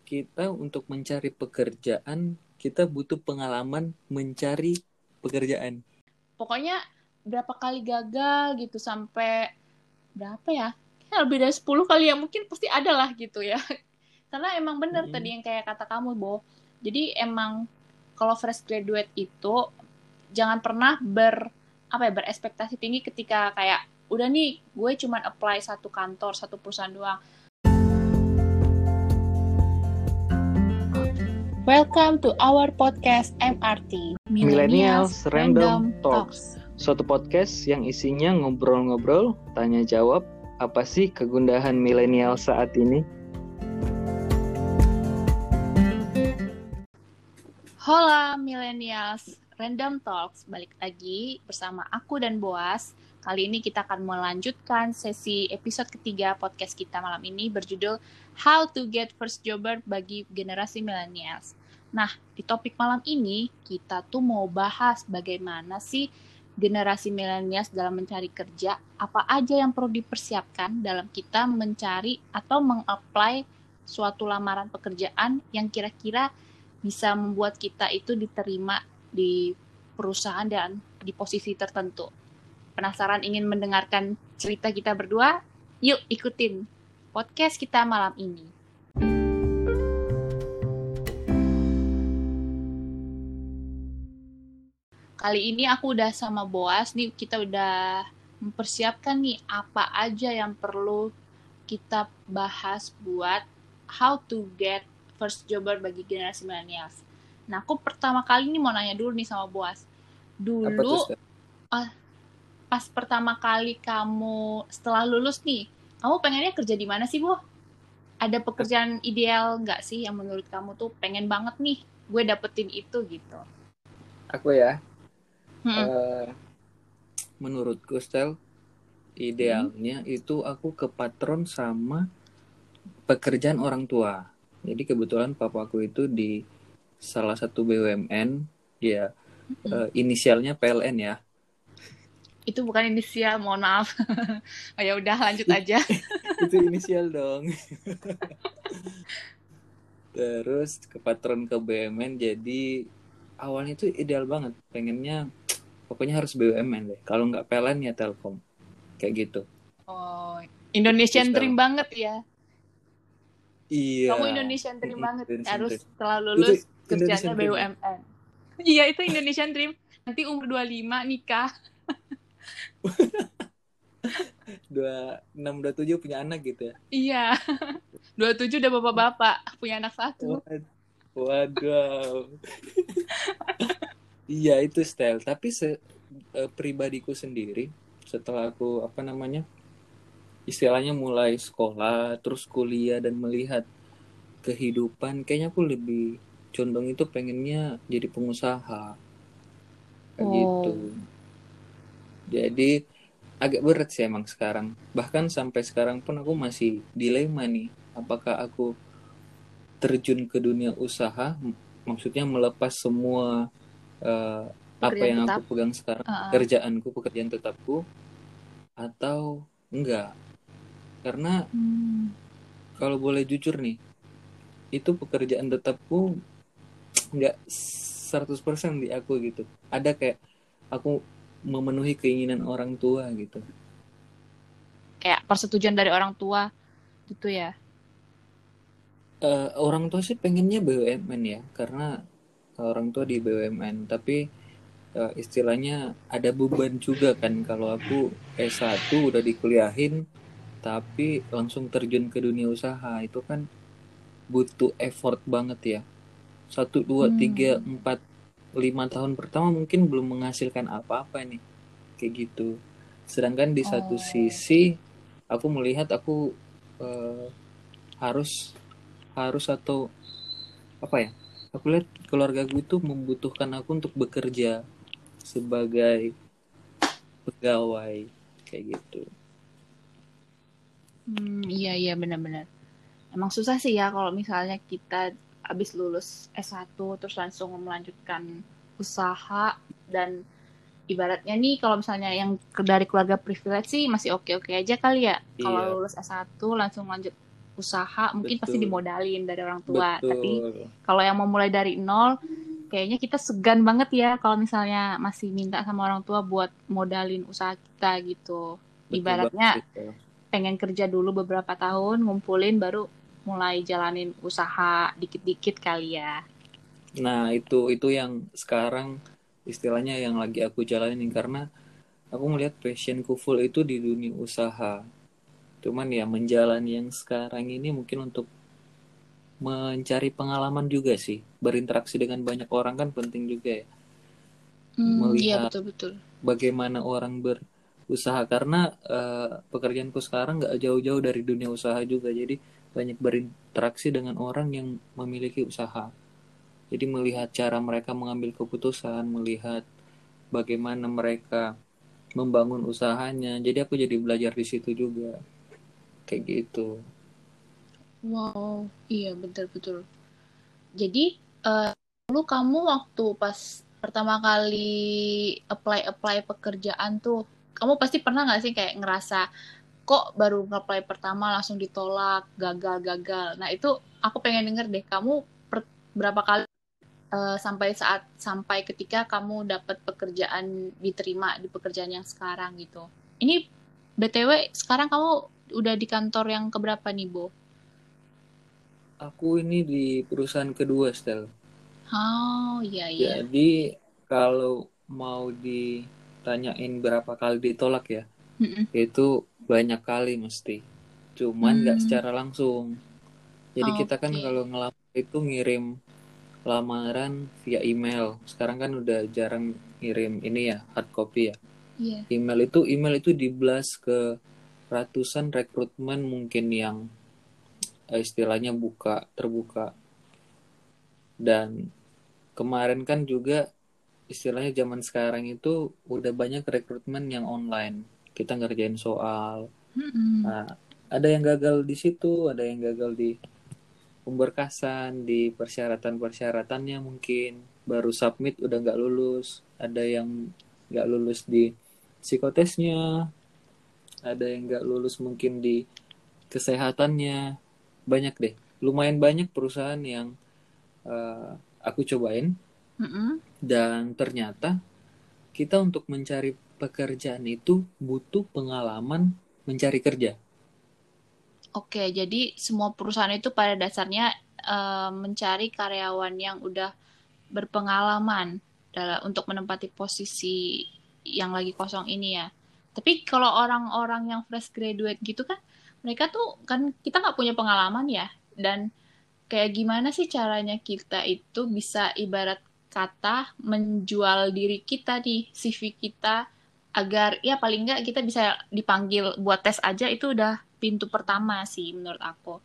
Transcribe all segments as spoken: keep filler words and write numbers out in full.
kita untuk mencari pekerjaan, kita butuh pengalaman mencari pekerjaan. Pokoknya berapa kali gagal gitu sampai berapa ya? Ya lebih dari sepuluh kali ya, mungkin pasti ada lah gitu ya. Karena emang bener Mm-hmm. tadi yang kayak kata kamu, Bo. Jadi emang kalau fresh graduate itu jangan pernah ber apa ya berekspektasi tinggi ketika kayak udah nih gue cuman apply satu kantor, satu perusahaan doang. Welcome to our podcast M R T Millennials Random Talks. Suatu podcast yang isinya ngobrol-ngobrol, tanya jawab, apa sih kegundahan milenial saat ini? Hola Millennials Random Talks, balik lagi bersama aku dan Boas. Kali ini kita akan melanjutkan sesi episode ketiga podcast kita malam ini berjudul How to Get First Jobber bagi generasi Millennials. Nah, di topik malam ini kita tuh mau bahas bagaimana sih generasi Millennials dalam mencari kerja, apa aja yang perlu dipersiapkan dalam kita mencari atau meng-apply suatu lamaran pekerjaan yang kira-kira bisa membuat kita itu diterima di perusahaan dan di posisi tertentu. Penasaran ingin mendengarkan cerita kita berdua? Yuk ikutin podcast kita malam ini. Kali ini aku udah sama Boas nih, kita udah mempersiapkan nih apa aja yang perlu kita bahas buat how to get first jobber bagi generasi millennials. Nah, aku pertama kali nih mau nanya dulu nih sama Boas. Dulu, uh, pas pertama kali kamu setelah lulus nih, kamu pengennya kerja di mana sih, Bu? Ada pekerjaan ideal nggak sih yang menurut kamu tuh pengen banget nih, gue dapetin itu gitu? Aku ya, hmm. uh, menurutku Stel, idealnya hmm. itu aku kepatron sama pekerjaan orang tua. Jadi kebetulan papaku itu di salah satu B U M N, ya hmm. uh, inisialnya P L N ya. Itu bukan inisial, mohon maaf. Oh ya udah lanjut aja. Itu inisial dong. Terus ke patron ke B U M N, jadi awalnya tuh ideal banget, pengennya pokoknya harus B U M N deh. Kalau nggak P L N ya Telkom, kayak gitu. Oh, Indonesian Dream banget ya. Iya. Kamu Indonesian Dream banget, Indonesian harus Dream. setelah lulus Itu kerjanya B U M N. Iya, itu Indonesian Dream. Nanti umur dua puluh lima nikah. dua puluh enam, dua puluh tujuh punya anak gitu ya? Iya. dua puluh tujuh udah bapak-bapak, punya anak satu. Waduh. Iya, itu style. Tapi se- uh, pribadiku sendiri, setelah aku, apa namanya, istilahnya mulai sekolah, terus kuliah, dan melihat kehidupan, kayaknya aku lebih condong itu pengennya jadi pengusaha. Kayak oh. gitu. Jadi agak berat sih emang sekarang. Bahkan sampai sekarang pun aku masih dilema nih. Apakah aku terjun ke dunia usaha, maksudnya melepas semua uh, apa yang tetap. Aku pegang sekarang, uh-uh. pekerjaanku, pekerjaan tetapku, atau enggak. Karena hmm. kalau boleh jujur nih, itu pekerjaan tetapku enggak seratus persen di aku gitu. Ada kayak aku memenuhi keinginan orang tua gitu. Kayak persetujuan dari orang tua gitu ya? Uh, orang tua sih pengennya B U M N ya, karena orang tua di B U M N. Tapi uh, istilahnya ada beban juga kan kalau aku S satu udah dikuliahin, tapi langsung terjun ke dunia usaha. Itu kan butuh effort banget ya. Satu, dua, hmm. tiga, empat, lima tahun pertama mungkin belum menghasilkan apa-apa nih, kayak gitu. Sedangkan di oh. satu sisi aku melihat aku uh, harus harus atau apa ya? Aku lihat keluarga gue itu membutuhkan aku untuk bekerja sebagai pegawai kayak gitu. Hmm, iya iya benar-benar. Emang susah sih ya kalau misalnya kita habis lulus S satu terus langsung melanjutkan usaha, dan ibaratnya nih kalau misalnya yang dari keluarga privilege sih masih oke-oke aja kali ya. Iya. Kalau lulus S satu langsung lanjut usaha mungkin pasti Betul. dimodalin dari orang tua. Tapi Betul. kalau yang mau mulai dari nol, kayaknya kita segan banget ya kalau misalnya masih minta sama orang tua buat modalin usaha kita gitu. Betul banget Ibaratnya sih, Tel. pengen kerja dulu beberapa tahun, ngumpulin baru mulai jalanin usaha dikit-dikit kali ya. Nah, itu itu yang sekarang istilahnya yang lagi aku jalanin karena aku melihat passionku full itu di dunia usaha. Cuman ya menjalani yang sekarang ini mungkin untuk mencari pengalaman juga sih. Berinteraksi dengan banyak orang kan penting juga ya. Hmm, iya Melihat betul-betul. bagaimana orang berusaha karena eh, pekerjaanku sekarang nggak jauh-jauh dari dunia usaha juga. Jadi banyak berinteraksi dengan orang yang memiliki usaha. Jadi melihat cara mereka mengambil keputusan, melihat bagaimana mereka membangun usahanya. Jadi aku jadi belajar di situ juga. Kayak gitu. Wow, iya betul-betul. Jadi eh, dulu kamu waktu pas pertama kali apply-apply pekerjaan tuh, kamu pasti pernah nggak sih kayak ngerasa kok baru nge-apply pertama langsung ditolak, gagal-gagal. Nah itu aku pengen denger deh, kamu per- berapa kali eh, sampai saat sampai ketika kamu dapat pekerjaan diterima di pekerjaan yang sekarang gitu. Ini B T W sekarang kamu udah di kantor yang keberapa nih, Bo? Aku ini di perusahaan kedua, Stel. Oh, iya iya. Jadi kalau mau ditanyain berapa kali ditolak ya, Mm-mm. itu banyak kali mesti. Cuman nggak Hmm, secara langsung. Jadi kita kan oke. kalau ngelamar itu ngirim lamaran via email. Sekarang kan udah jarang ngirim ini ya, hard copy ya. Iya. Email itu email itu diblas ke ratusan rekrutmen mungkin yang eh, istilahnya buka terbuka. Dan kemarin kan juga istilahnya zaman sekarang itu udah banyak rekrutmen yang online. Kita ngerjain soal. Mm-mm. Nah, ada yang gagal di situ, ada yang gagal di pemberkasan, di persyaratan-persyaratannya mungkin. Baru submit udah nggak lulus. Ada yang nggak lulus di psikotesnya, ada yang nggak lulus mungkin di kesehatannya. Banyak deh. Lumayan banyak perusahaan yang eh, aku cobain. Mm-mm. Dan ternyata kita untuk mencari pekerjaan itu butuh pengalaman mencari kerja. Oke, jadi semua perusahaan itu pada dasarnya eh, mencari karyawan yang udah berpengalaman dalam untuk menempati posisi yang lagi kosong ini ya. Tapi kalau orang-orang yang fresh graduate gitu kan, mereka tuh kan kita nggak punya pengalaman ya. Dan kayak gimana sih caranya kita itu bisa ibarat kata menjual diri kita di C V kita agar ya paling nggak kita bisa dipanggil buat tes aja itu udah pintu pertama sih menurut aku.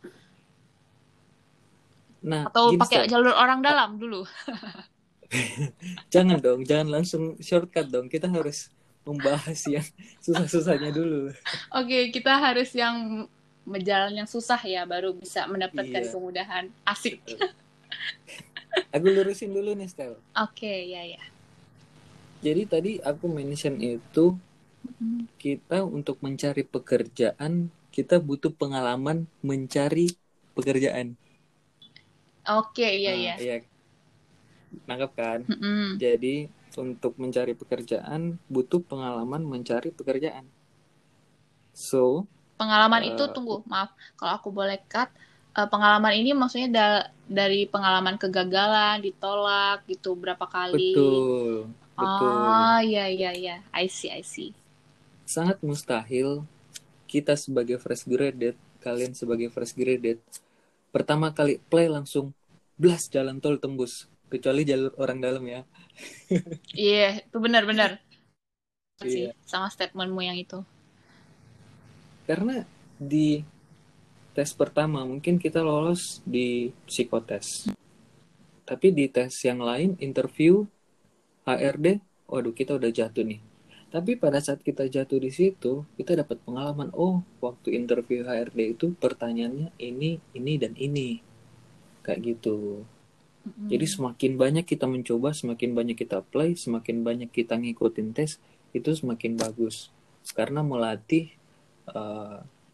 Nah, Atau gini pakai Stel, jalur orang dalam dulu. jangan dong, jangan langsung shortcut dong. Kita harus membahas yang susah-susahnya dulu. Oke, kita harus yang jalan yang susah ya baru bisa mendapatkan Iya, kemudahan. Asik. betul. Aku lurusin dulu nih, Stel. Oke, ya ya. Jadi tadi aku mention itu Hmm. kita untuk mencari pekerjaan, kita butuh pengalaman mencari pekerjaan. Oke, iya Nah, ya. iya, nangkep kan? Mm-mm. Jadi untuk mencari pekerjaan butuh pengalaman mencari pekerjaan. So, Pengalaman itu uh, tunggu, maaf kalau aku boleh cut. Eh, pengalaman ini maksudnya da- dari pengalaman kegagalan, ditolak gitu berapa kali. betul, betul. Oh, iya iya iya. I see, I see. Sangat mustahil kita sebagai fresh graduate, kalian sebagai fresh graduate, pertama kali play langsung blas jalan tol tembus. Kecuali jalur orang dalam ya. Iya, yeah, itu benar-benar sih Iya. sama statementmu yang itu. Karena di tes pertama mungkin kita lolos di psikotes. Tapi di tes yang lain, interview, H R D, waduh kita udah jatuh nih. Tapi pada saat kita jatuh di situ, kita dapat pengalaman, oh waktu interview H R D itu pertanyaannya ini, ini, dan ini. Kayak gitu. Jadi Mm-mm. semakin banyak kita mencoba, semakin banyak kita play, semakin banyak kita ngikutin tes, itu semakin bagus. Karena melatih uh,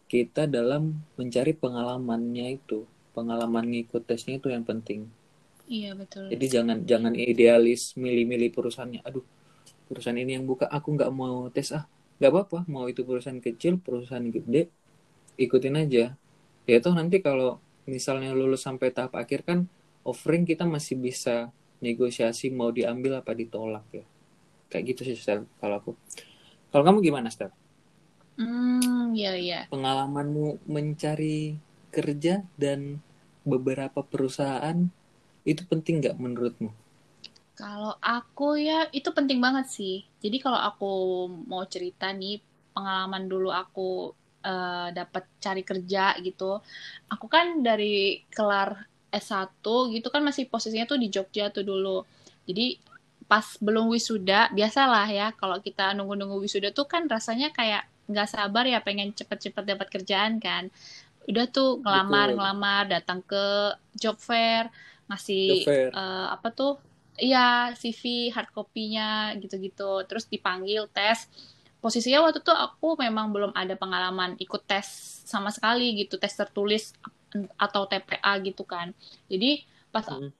kita dalam mencari pengalamannya itu, pengalaman ngikut tesnya itu yang penting. Iya betul. Jadi jangan jangan idealis milih-milih perusahaannya. Aduh, perusahaan ini yang buka, aku nggak mau tes ah. Nggak apa-apa, mau itu perusahaan kecil, perusahaan gede, ikutin aja. Ya toh nanti kalau misalnya lulus sampai tahap akhir kan, offering kita masih bisa negosiasi mau diambil apa ditolak ya. Kayak gitu sih, Stel, kalau aku. Kalau kamu gimana, Stel? Hmm, iya iya. Pengalamanmu mencari kerja dan beberapa perusahaan itu penting nggak menurutmu? Kalau aku ya itu penting banget sih. Jadi kalau aku mau cerita nih pengalaman dulu aku eh, dapat cari kerja gitu. Aku kan dari kelar S satu gitu kan masih posisinya tuh di Jogja tuh dulu. Jadi pas belum wisuda, biasalah ya kalau kita nunggu-nunggu wisuda tuh kan rasanya kayak nggak sabar ya pengen cepet-cepet dapat kerjaan kan. Udah tuh Betul. ngelamar-ngelamar datang ke job fair, Job ngasih fair. eh, apa tuh, iya C V hard copy-nya gitu-gitu, terus dipanggil tes. Posisinya waktu itu aku memang belum ada pengalaman ikut tes sama sekali gitu, tes tertulis atau T P A gitu kan. Jadi pas Mm.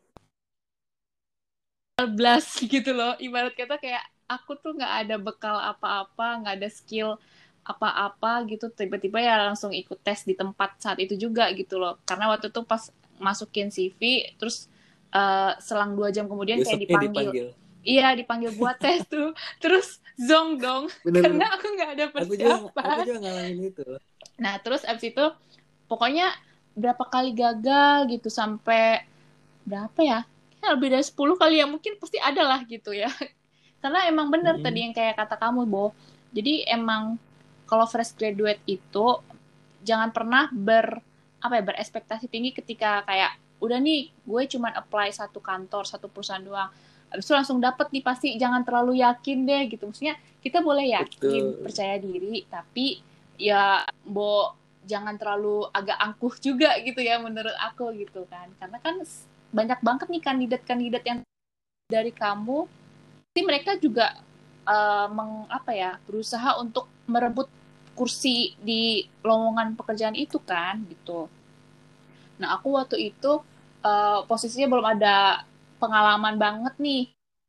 blast gitu loh, ibarat kata kayak aku tuh nggak ada bekal apa-apa, nggak ada skill apa-apa gitu, tiba-tiba ya langsung ikut tes di tempat saat itu juga gitu loh, karena waktu itu pas masukin C V terus uh, selang dua jam kemudian kayak Besoknya dipanggil, dipanggil. iya dipanggil buat tes tuh, terus zong dong Bener-bener. karena aku nggak ada Aku juga aku persiapan. juga ngalamin itu. Nah terus abis itu pokoknya berapa kali gagal gitu sampai berapa ya, ya lebih dari sepuluh kali ya mungkin pasti ada lah gitu ya. Karena emang bener tadi Mm-mm. yang kayak kata kamu, Bo. Jadi emang kalau fresh graduate itu jangan pernah ber apa ya berekspektasi tinggi ketika kayak udah nih gue cuman apply satu kantor satu perusahaan doang. Habis itu langsung dapet nih pasti, jangan terlalu yakin deh gitu. Maksudnya kita boleh yakin, Betul. percaya diri, tapi ya Bo jangan terlalu agak angkuh juga gitu ya menurut aku gitu kan. Karena kan banyak banget nih kandidat-kandidat yang dari kamu, tapi mereka juga uh, meng, apa ya berusaha untuk merebut kursi di lowongan pekerjaan itu kan gitu. Nah aku waktu itu uh, posisinya belum ada pengalaman banget nih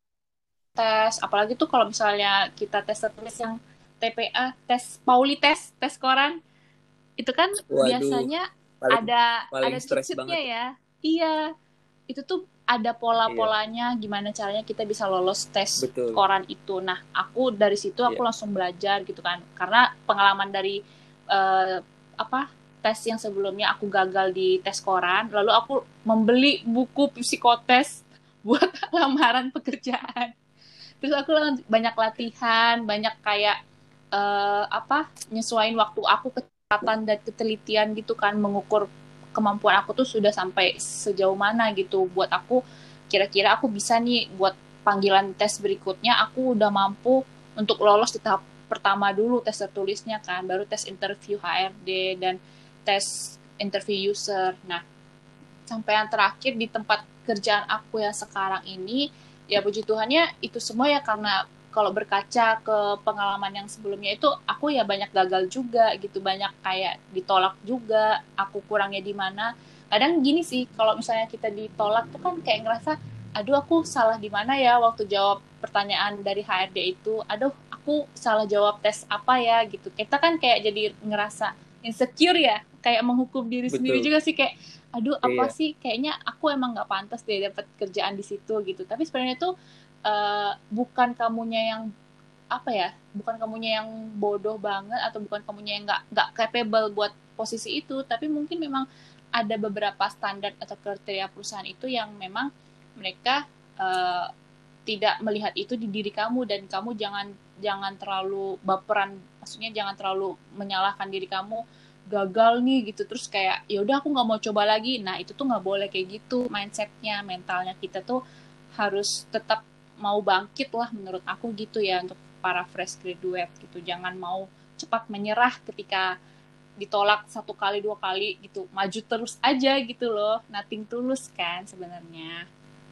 tes, apalagi tuh kalau misalnya kita tes tertulis yang T P A, tes Pauli tes, tes koran, itu kan Waduh, biasanya paling ada paling ada cheat stres sheet-nya banget. ya. Iya, itu tuh ada Iya, pola-polanya gimana caranya kita bisa lolos tes betul. koran itu. Nah, aku dari situ aku Iya. langsung belajar gitu kan. Karena pengalaman dari eh, apa tes yang sebelumnya aku gagal di tes koran, lalu aku membeli buku psikotes buat lamaran pekerjaan. Terus aku banyak latihan, banyak kayak eh, apa nyesuaiin waktu aku, kecepatan dan ketelitian gitu kan, mengukur kemampuan aku tuh sudah sampai sejauh mana gitu, buat aku kira-kira aku bisa nih buat panggilan tes berikutnya aku udah mampu untuk lolos di tahap pertama dulu tes tertulisnya kan, baru tes interview H R D dan tes interview user. Nah sampai yang terakhir di tempat kerjaan aku yang sekarang ini, ya puji Tuhannya itu semua ya karena kalau berkaca ke pengalaman yang sebelumnya itu aku ya banyak gagal juga gitu, banyak kayak ditolak juga, aku kurangnya di mana. Kadang gini sih, kalau misalnya kita ditolak tuh kan kayak ngerasa aduh aku salah di mana ya waktu jawab pertanyaan dari H R D itu, aduh aku salah jawab tes apa ya gitu, kita kan kayak jadi ngerasa insecure ya, kayak menghukum diri sendiri Betul. juga sih, kayak aduh apa Iya. sih kayaknya aku emang nggak pantas deh dapat kerjaan di situ gitu. Tapi sebenarnya tuh uh, bukan kamunya yang apa ya, bukan kamunya yang bodoh banget atau bukan kamunya yang nggak nggak capable buat posisi itu, tapi mungkin memang ada beberapa standar atau kriteria perusahaan itu yang memang mereka uh, tidak melihat itu di diri kamu, dan kamu jangan jangan terlalu baperan, maksudnya jangan terlalu menyalahkan diri kamu, gagal nih gitu terus kayak ya udah aku nggak mau coba lagi. Nah itu tuh nggak boleh kayak gitu mindsetnya, mentalnya kita tuh harus tetap mau bangkit lah menurut aku gitu ya, untuk para fresh graduate gitu, jangan mau cepat menyerah ketika ditolak satu kali dua kali gitu, maju terus aja gitu loh, nothing tulus kan sebenarnya.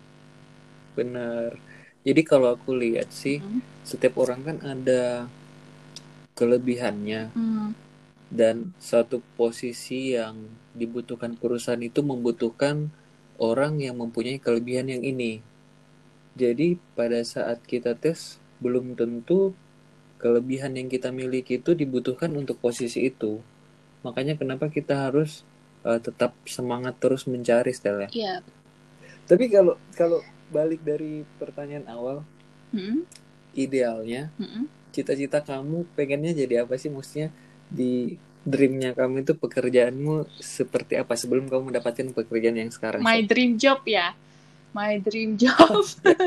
Benar. Jadi kalau aku lihat sih, Mm-mm. setiap orang kan ada kelebihannya, Mm. Dan satu posisi yang dibutuhkan perusahaan itu membutuhkan orang yang mempunyai kelebihan yang ini. Jadi pada saat kita tes, belum tentu kelebihan yang kita miliki itu dibutuhkan untuk posisi itu. Makanya kenapa kita harus uh, tetap semangat terus mencari, Stella. Iya. Tapi kalau kalau balik dari pertanyaan awal, Hmm? idealnya Hmm? cita-cita kamu pengennya jadi apa sih? Maksudnya di dreamnya kamu itu pekerjaanmu seperti apa sebelum kamu mendapatkan pekerjaan yang sekarang? My Stella? dream job ya. My dream job.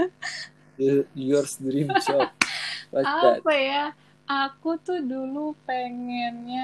Yours dream job. What's that? Apa ya? Aku tuh dulu pengennya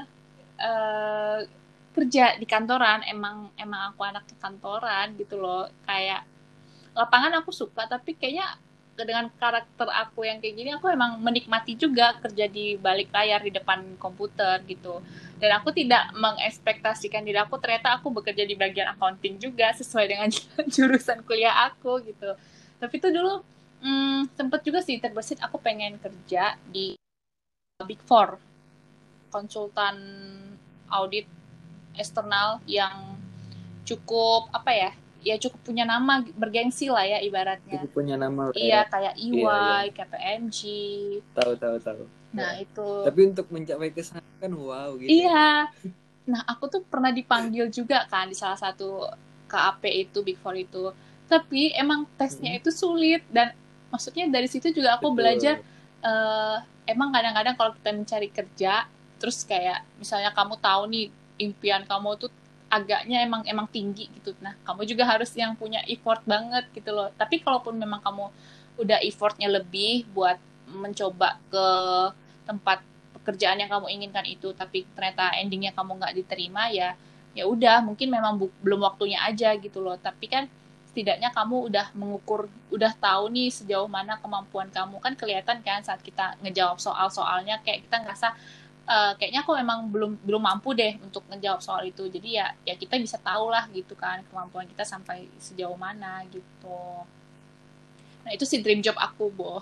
uh, kerja di kantoran. Emang emang aku anak kantoran gitu loh. Kayak lapangan aku suka, tapi kayaknya dengan karakter aku yang kayak gini, aku emang menikmati juga kerja di balik layar di depan komputer gitu. Dan aku tidak mengekspektasikan diri aku ternyata aku bekerja di bagian accounting juga sesuai dengan jurusan kuliah aku gitu. Tapi itu dulu hmm, sempet juga sih terbersit aku pengen kerja di Big Four, konsultan audit eksternal yang cukup apa ya ya cukup punya nama bergengsi lah ya ibaratnya. Cukup punya nama Iya ya. kayak E Y, Iya, iya. K P M G. Tahu tahu tahu. Nah itu. Tapi untuk mencapai ke sana kan wow gitu. Iya. Ya. Nah aku tuh pernah dipanggil juga kan di salah satu K A P itu Big Four itu. Tapi emang tesnya hmm. itu sulit dan maksudnya dari situ juga aku Betul. belajar uh, emang kadang-kadang kalau kita mencari kerja terus kayak misalnya kamu tahu nih impian kamu tuh agaknya emang emang tinggi gitu. Nah, kamu juga harus yang punya effort banget gitu loh. Tapi kalaupun memang kamu udah effortnya lebih buat mencoba ke tempat pekerjaan yang kamu inginkan itu, tapi ternyata endingnya kamu nggak diterima, ya ya udah mungkin memang bu- belum waktunya aja gitu loh. Tapi kan setidaknya kamu udah mengukur, udah tahu nih sejauh mana kemampuan kamu. Kan kelihatan kan saat kita ngejawab soal-soalnya kayak kita ngerasa Uh, kayaknya aku memang belum belum mampu deh untuk ngejawab soal itu. Jadi ya ya kita bisa tahu lah gitu kan kemampuan kita sampai sejauh mana gitu. Nah itu sih dream job aku, Bo.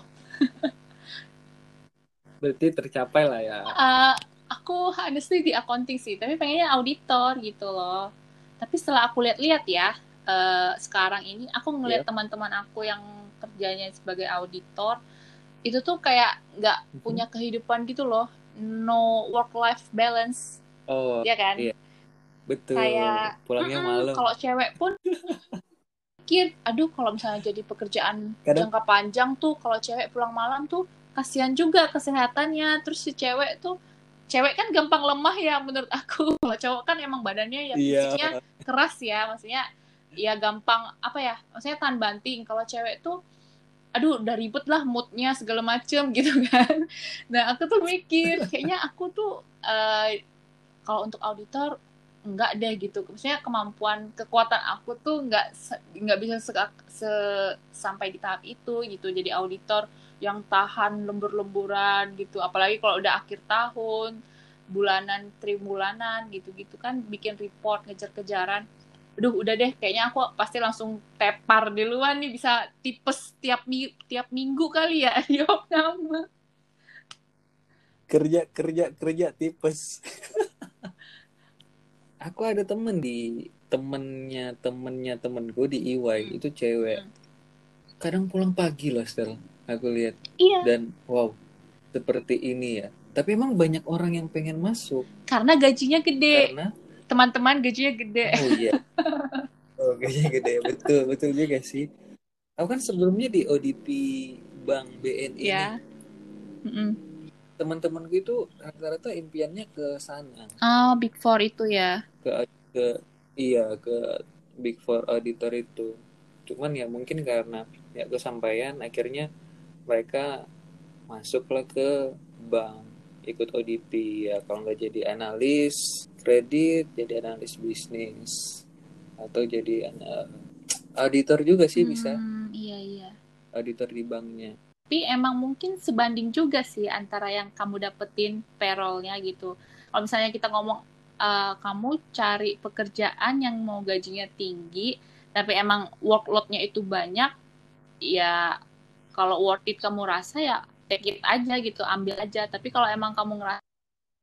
Berarti tercapai lah ya. Uh, aku honestly di accounting sih, tapi pengennya auditor gitu loh. Tapi setelah aku lihat-lihat ya, uh, sekarang ini aku ngeliat yep. teman-teman aku yang kerjanya sebagai auditor itu tuh kayak nggak mm-hmm. punya kehidupan gitu loh. No work-life balance, oh, ya kan? Iya. Betul. Kayak pulangnya malam. Kalau cewek pun pikir, aduh kalau misalnya jadi pekerjaan Kadang... jangka panjang tuh, kalau cewek pulang malam tuh kasihan juga kesehatannya. Terus si cewek tuh, cewek kan gampang lemah ya menurut aku. Kalau cowok kan emang badannya ya fisiknya yeah. keras ya, maksudnya ya gampang apa ya, maksudnya tahan banting. Kalau cewek tuh aduh udah ribet lah moodnya segala macem gitu kan. Nah aku tuh mikir kayaknya aku tuh uh, kalau untuk auditor enggak deh gitu. Maksudnya kemampuan kekuatan aku tuh enggak enggak bisa se, se, sampai di tahap itu gitu. Jadi auditor yang tahan lembur-lemburan gitu. Apalagi kalau udah akhir tahun, bulanan, trimulanan gitu-gitu kan bikin report, ngejar-kejaran. Aduh udah deh kayaknya aku pasti langsung tepar duluan nih, bisa tipes tiap tiap minggu kali ya. Yuk nama kerja kerja kerja tipes. Aku ada temen di temennya temennya temenku di E Y hmm. itu cewek. Hmm. Kadang pulang pagi loh Stel, aku lihat. Iya. Dan wow, seperti ini ya. Tapi emang banyak orang yang pengen masuk. Karena gajinya gede. Karena teman-teman gajinya gede. Oh iya. Oh gajinya gede, betul betul juga sih. Aku kan sebelumnya di O D P Bank B N I yeah. nih. Teman-temanku itu rata-rata impiannya ke sana. Oh, Big Four itu ya. Ke ke iya ke Big Four auditor itu. Cuman ya mungkin karena ya kesampaian akhirnya mereka masuklah ke bank, ikut O D P ya, kalau nggak jadi analis kredit, jadi analis bisnis atau jadi uh, auditor juga sih hmm, bisa. Iya iya. Auditor di banknya. Tapi emang mungkin sebanding juga sih antara yang kamu dapetin payroll-nya gitu. Kalau misalnya kita ngomong uh, kamu cari pekerjaan yang mau gajinya tinggi, tapi emang workload-nya itu banyak, ya kalau worth it kamu rasa ya take it aja gitu, ambil aja. Tapi kalau emang kamu ngerasa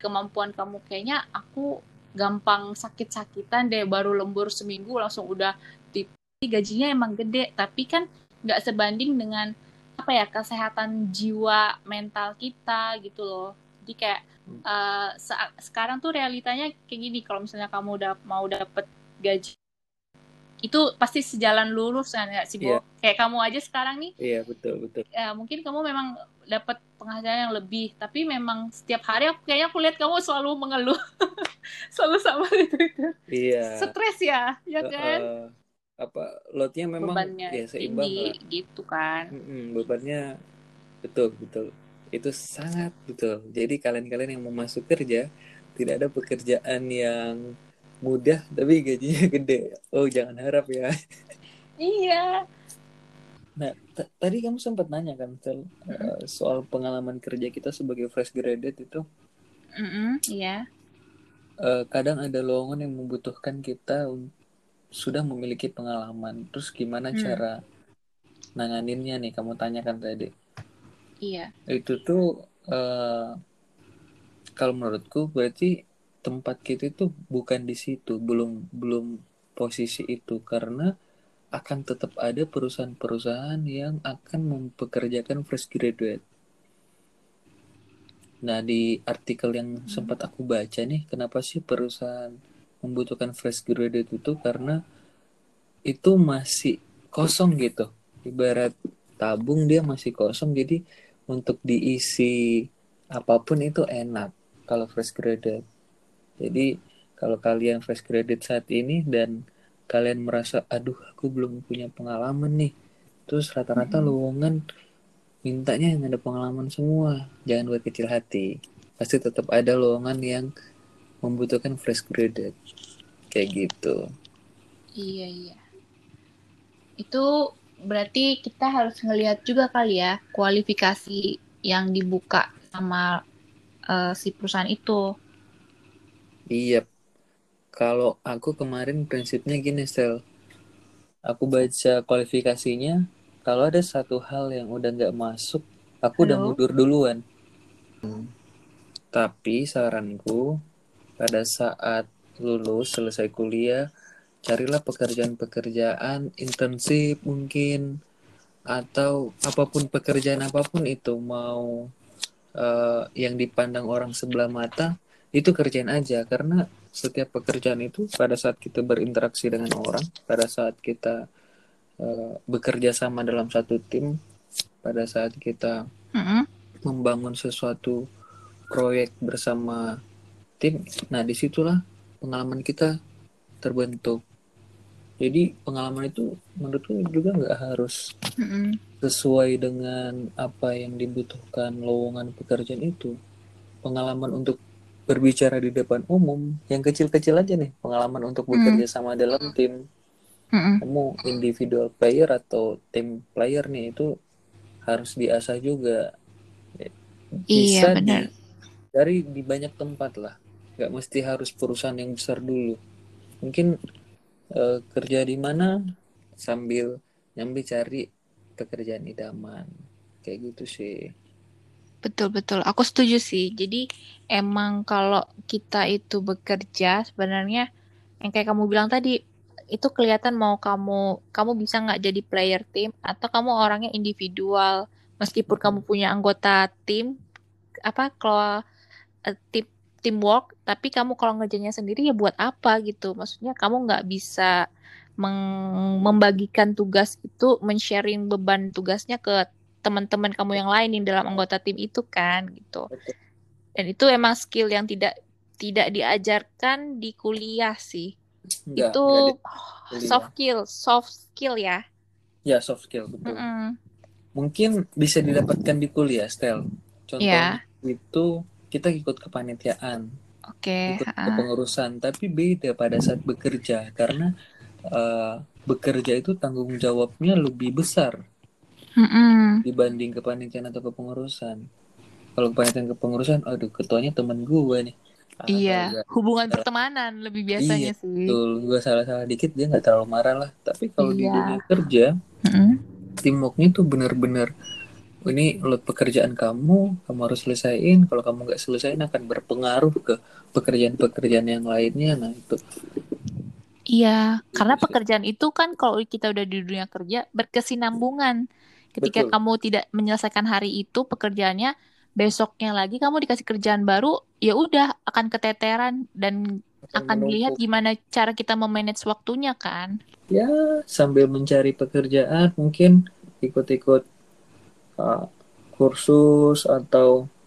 kemampuan kamu. Kayaknya aku gampang sakit-sakitan deh, baru lembur seminggu langsung udah tipes. Gajinya emang gede, tapi kan nggak sebanding dengan apa ya kesehatan jiwa mental kita gitu loh. Jadi kayak uh, se- sekarang tuh realitanya kayak gini, kalau misalnya kamu udah mau dapet gaji itu pasti sejalan lurus kan nggak sih Bo? Iya. Kayak kamu aja sekarang nih, Iya betul betul. ya mungkin kamu memang dapat penghasilan yang lebih, tapi memang setiap hari aku kayaknya aku lihat kamu selalu mengeluh, selalu sama itu itu. Iya. Stres ya, ya Uh, kan? uh, apa lotnya memang Bebannya ya seimbang tinggi lah. gitu kan? Mm-mm, bebannya betul betul. Itu sangat betul. Jadi kalian-kalian yang mau masuk kerja, tidak ada pekerjaan yang mudah tapi gajinya gede. Oh jangan harap ya. Iya. Nah, t- tadi kamu sempat nanya kan Tel, uh, soal pengalaman kerja kita sebagai fresh graduate itu. Mm-mm, iya. Uh, kadang ada lowongan yang membutuhkan kita un- sudah memiliki pengalaman. Terus gimana Hmm, cara nanganinnya nih? Kamu tanyakan tadi. iya. Itu tuh uh, kalau menurutku berarti tempat kita itu bukan di situ, belum belum posisi itu karena akan tetap ada perusahaan-perusahaan yang akan mempekerjakan fresh graduate. Nah, di artikel yang sempat aku baca nih, kenapa sih perusahaan membutuhkan fresh graduate itu? Karena itu masih kosong gitu. Ibarat tabung dia masih kosong, jadi untuk diisi apapun itu enak kalau fresh graduate. Jadi kalau kalian fresh graduate saat ini dan kalian merasa, aduh aku belum punya pengalaman nih, terus rata-rata Mm-mm. lowongan mintanya yang ada pengalaman semua. Jangan berkecil hati. Pasti tetap ada lowongan yang membutuhkan fresh graduate. Kayak gitu. Iya, iya. Itu berarti kita harus ngelihat juga kali ya kualifikasi yang dibuka sama eh, si perusahaan itu. Iya, kalau aku kemarin prinsipnya gini, Sel. Aku baca kualifikasinya, kalau ada satu hal yang udah nggak masuk, aku udah Halo? mundur duluan. Tapi saranku, pada saat lulus, selesai kuliah, carilah pekerjaan-pekerjaan internship mungkin, atau apapun pekerjaan apapun itu, mau uh, yang dipandang orang sebelah mata, itu kerjain aja. Karena setiap pekerjaan itu pada saat kita berinteraksi dengan orang, pada saat kita uh, bekerja sama dalam satu tim, pada saat kita Mm-mm. membangun sesuatu proyek bersama tim, nah disitulah pengalaman kita terbentuk. Jadi pengalaman itu menurutku juga nggak harus Mm-mm. sesuai dengan apa yang dibutuhkan lowongan pekerjaan itu. Pengalaman untuk berbicara di depan umum, yang kecil-kecil aja nih, pengalaman untuk Mm. bekerja sama dalam tim, Mm-mm. kamu individual player atau tim player nih, itu harus diasah juga. Iya, Bisa benar. di dari di banyak tempat lah, nggak mesti harus perusahaan yang besar dulu. Mungkin eh, kerja di mana sambil nyambi cari pekerjaan idaman, kayak gitu sih. Betul-betul. Aku setuju sih. Jadi emang kalau kita itu bekerja sebenarnya yang kayak kamu bilang tadi itu kelihatan mau kamu kamu bisa nggak jadi player tim atau kamu orangnya individual. Meskipun kamu Mm-mm. punya anggota tim apa kalau eh, tim teamwork, tapi kamu kalau ngerjainnya sendiri ya buat apa gitu. Maksudnya kamu nggak bisa meng- membagikan tugas itu, men-sharing beban tugasnya ke teman-teman kamu yang lain yang dalam anggota tim itu kan gitu. Betul. Dan itu emang skill yang tidak tidak diajarkan di kuliah sih. Nggak Itu nggak di kuliah. soft skill, soft skill ya. Ya soft skill betul. Mm-mm. Mungkin bisa didapatkan di kuliah, Stel. Contohnya Ya, itu kita ikut kepanitiaan, oke. ikut Ha. kepengurusan, tapi beda pada saat bekerja karena uh, bekerja itu tanggung jawabnya lebih besar Mm-mm. dibanding kepanitiaan atau kepengurusan. Kalau kepanitiaan kepengurusan, aduh ketuanya temen gue nih. Iya, Astaga, hubungan salah. pertemanan lebih Iya, biasanya sih. betul. Gue salah-salah dikit dia nggak terlalu marah lah. Tapi kalau di Iya. dunia kerja, Mm-mm. teamworknya tuh benar-benar ini load pekerjaan kamu, kamu harus selesaiin. Kalau kamu nggak selesaiin akan berpengaruh ke pekerjaan-pekerjaan yang lainnya. Nah itu, Iya, itu karena sih. pekerjaan itu kan kalau kita udah di dunia kerja berkesinambungan. Ketika Betul. kamu tidak menyelesaikan hari itu pekerjaannya, besoknya lagi kamu dikasih kerjaan baru, ya udah akan keteteran dan Akan akan dilihat menumpuk. gimana cara kita memanage waktunya kan. Ya, sambil mencari pekerjaan, mungkin ikut-ikut uh, kursus atau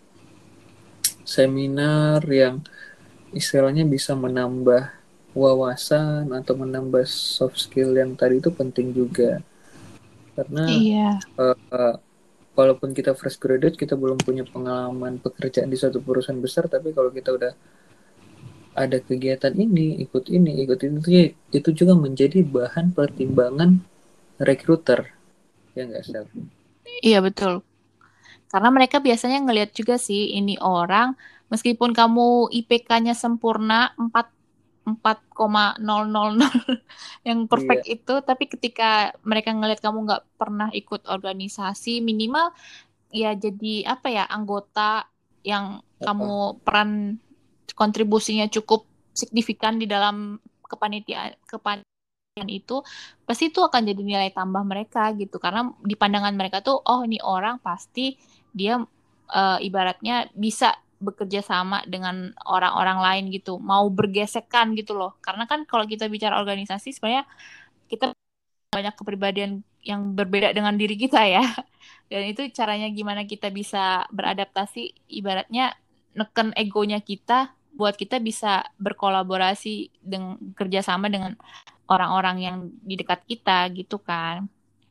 seminar yang istilahnya bisa menambah wawasan atau menambah soft skill yang tadi itu penting juga. Karena Iya. uh, uh, walaupun kita fresh graduate, kita belum punya pengalaman pekerjaan di suatu perusahaan besar, tapi kalau kita udah ada kegiatan ini, ikut ini, ikut ini, itu juga menjadi bahan pertimbangan recruiter, ya nggak sih? Iya betul. Karena mereka biasanya ngelihat juga sih ini orang meskipun kamu I P K-nya sempurna empat empat koma nol nol nol yang perfect Iya. itu, tapi ketika mereka ngelihat kamu nggak pernah ikut organisasi, minimal ya jadi apa ya anggota yang kamu Uh, peran kontribusinya cukup signifikan di dalam kepanitiaan kepanitiaan itu, pasti itu akan jadi nilai tambah mereka gitu karena di pandangan mereka tuh oh ini orang pasti dia eh, ibaratnya bisa bekerja sama dengan orang-orang lain gitu, mau bergesekan gitu loh. Karena kan kalau kita bicara organisasi sebenarnya kita banyak kepribadian yang berbeda dengan diri kita ya. Dan itu caranya gimana kita bisa beradaptasi, ibaratnya neken egonya kita buat kita bisa berkolaborasi dengan kerjasama dengan orang-orang yang di dekat kita gitu kan.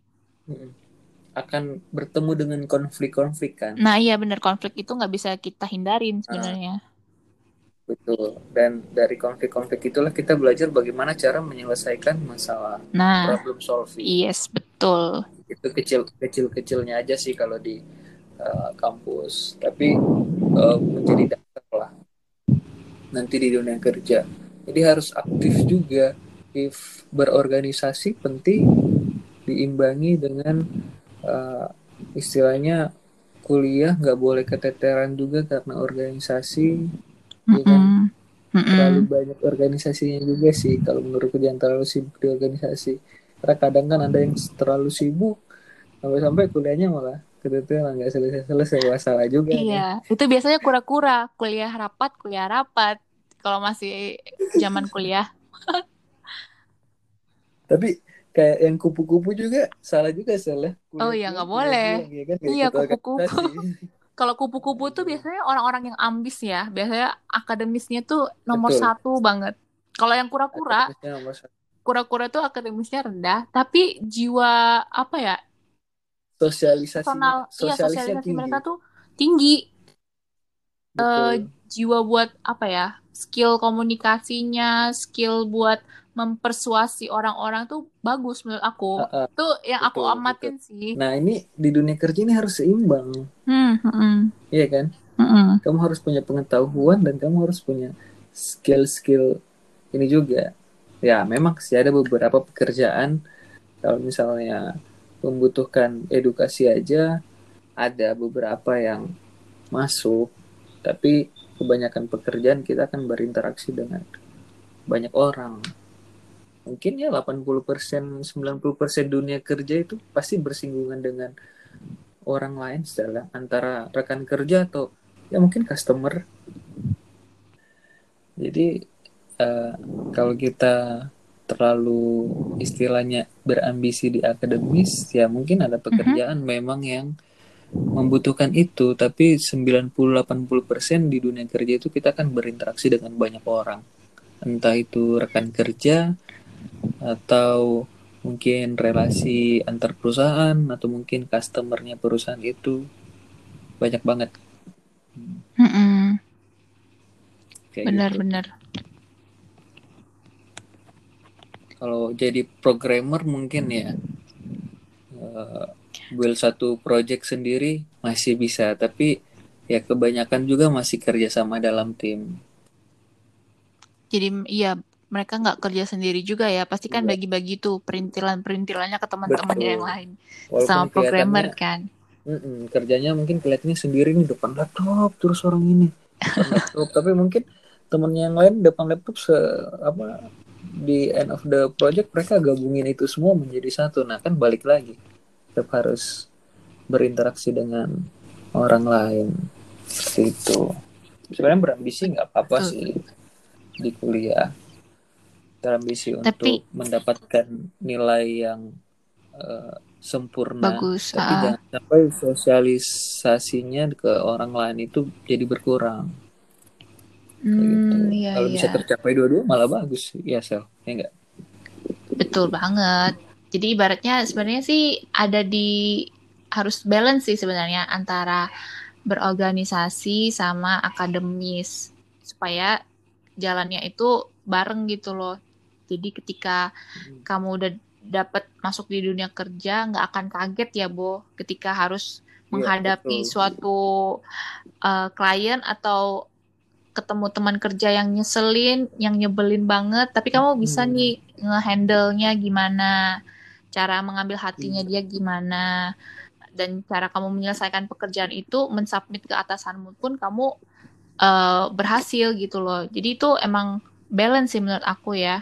akan bertemu dengan konflik-konflik kan. Nah iya bener, konflik itu nggak bisa kita hindarin Nah, sebenarnya. betul. Dan dari konflik-konflik itulah kita belajar bagaimana cara menyelesaikan masalah, Nah, problem solving. yes betul. Itu kecil kecil kecilnya aja sih kalau di uh, kampus, tapi uh, menjadi dasar lah nanti di dunia kerja. Jadi harus aktif juga. If berorganisasi penting diimbangi dengan uh, istilahnya kuliah nggak boleh keteteran juga karena organisasi, ya kan? Mm-mm. Terlalu Mm-mm. banyak organisasinya juga sih kalau menurutku, jangan terlalu sibuk di organisasi, karena kadang kan ada yang terlalu sibuk sampai-sampai kuliahnya malah keteteran nggak selesai-selesai, masalah juga Iya, nih. itu biasanya kura-kura, kuliah rapat, kuliah rapat. Kalau masih zaman kuliah. Tapi kayak yang kupu-kupu juga salah juga, salah Oh iya, kuliah-kuliah nggak kuliah boleh. pulang, ya kan, gak Iya, ikut kupu-kupu. organisasi. Kalau kupu-kupu tuh Aduh. biasanya orang-orang yang ambis ya. Biasanya akademisnya tuh nomor Betul, satu banget. Kalau yang kura-kura, akademisnya nomor satu. kura-kura tuh akademisnya rendah, tapi jiwa apa ya, Sosialisasinya, personal, iya sosialisnya sosialisasi tinggi. mereka tuh tinggi. Betul. Jiwa buat apa ya, skill komunikasinya, skill buat mempersuasi orang-orang tuh bagus menurut aku. Ah, ah, Itu yang aku betul, betul. amatin sih. Nah ini di dunia kerja ini harus seimbang, Hmm, hmm, hmm, iya kan? hmm. Kamu harus punya pengetahuan dan kamu harus punya skill-skill ini juga. Ya, memang sih ada beberapa pekerjaan kalau misalnya membutuhkan edukasi aja, ada beberapa yang masuk, tapi kebanyakan pekerjaan kita akan berinteraksi dengan banyak orang. Mungkin ya delapan puluh persen, sembilan puluh persen dunia kerja itu pasti bersinggungan dengan orang lain, setelah antara rekan kerja atau ya mungkin customer. Jadi uh, kalau kita terlalu istilahnya berambisi di akademis, ya mungkin ada Mhm. pekerjaan memang yang membutuhkan itu, tapi sembilan puluh delapan puluh persen di dunia kerja itu kita akan berinteraksi dengan banyak orang, entah itu rekan kerja atau mungkin relasi antar perusahaan atau mungkin customernya perusahaan itu, banyak banget Mm-mm. kayak gitu. Benar-benar. Kalau jadi programmer mungkin ya uh, build satu project sendiri masih bisa, tapi ya kebanyakan juga masih kerja sama dalam tim. Jadi iya, mereka nggak kerja sendiri juga ya. Pasti kan Iya, bagi-bagi tuh perintilan-perintilannya ke teman-temannya yang betul. lain. Sama Walaupun programmer kelihatannya kan. Mm-mm, kerjanya mungkin kelihatannya sendiri nih depan laptop terus orang ini depan laptop, tapi mungkin temennya yang lain depan laptop se apa di end of the project mereka gabungin itu semua menjadi satu. Nah kan balik lagi tetap harus berinteraksi dengan orang lain seperti itu. Sebenarnya berambisi nggak apa-apa Betul. sih di kuliah, berambisi Tapi untuk mendapatkan nilai yang uh, sempurna, bagus. tapi ah. jangan sampai sosialisasinya ke orang lain itu jadi berkurang. Kayak gitu. Hmm, iya, Kalau bisa iya. tercapai dua-dua malah bagus ya Sel, ya enggak? Betul banget. Jadi ibaratnya sebenarnya sih ada di harus balance sih sebenarnya antara berorganisasi sama akademis supaya jalannya itu bareng gitu loh. Jadi ketika kamu udah dapat masuk di dunia kerja nggak akan kaget ya Bo ketika harus Iya, menghadapi betul. suatu uh, klien atau ketemu teman kerja yang nyeselin, yang nyebelin banget, tapi kamu bisa Hmm. nih ngehandle-nya gimana, cara mengambil hatinya Hmm. dia gimana, dan cara kamu menyelesaikan pekerjaan itu mensubmit ke atasanmu pun kamu uh, berhasil gitu loh. Jadi itu emang balance sih menurut aku ya.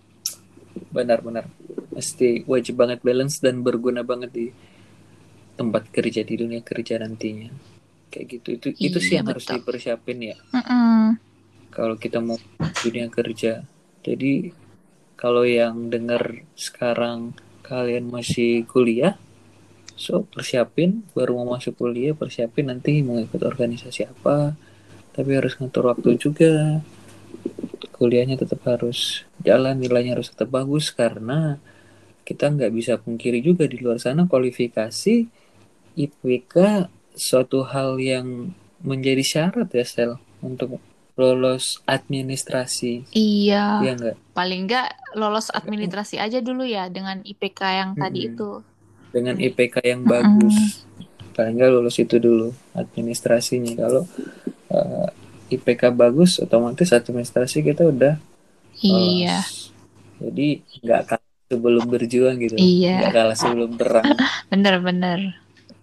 Benar-benar. Mesti wajib banget balance dan berguna banget di tempat kerja, di dunia kerja nantinya. Kayak gitu. Itu itu sih Iya yang harus betul. dipersiapin ya. Mm-mm. Kalau kita mau dunia kerja. Jadi kalau yang dengar sekarang kalian masih kuliah, so persiapin baru mau masuk kuliah, persiapin nanti mau ikut organisasi apa, tapi harus ngatur waktu juga. Kuliahnya tetap harus jalan, nilainya harus tetap bagus karena kita nggak bisa pungkiri juga di luar sana kualifikasi I P K suatu hal yang menjadi syarat ya Sel untuk lolos administrasi. Iya, Iya nggak? paling nggak lolos administrasi aja dulu ya dengan I P K yang tadi Mm-mm. itu. Dengan I P K yang Mm-mm. bagus, paling nggak lulus itu dulu administrasinya. Kalau uh, I P K bagus, otomatis administrasi kita udah lolos. Iya, Jadi nggak kalah sebelum berjuang gitu, nggak iya, kalah sebelum perang. bener-bener.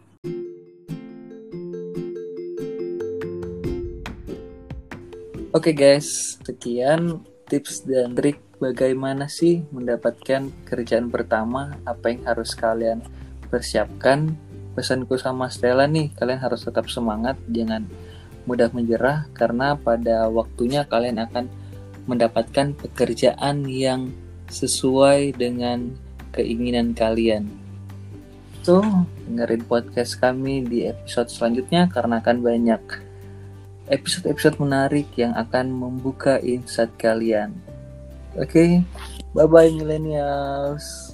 Oke guys, sekian tips dan trik bagaimana sih mendapatkan kerjaan pertama, apa yang harus kalian persiapkan. Pesanku sama Stella nih, kalian harus tetap semangat, jangan mudah menyerah, karena pada waktunya kalian akan mendapatkan pekerjaan yang sesuai dengan keinginan kalian. So, dengerin podcast kami di episode selanjutnya karena akan banyak episode-episode menarik yang akan membuka insight kalian. Oke, okay? Bye-bye millennials.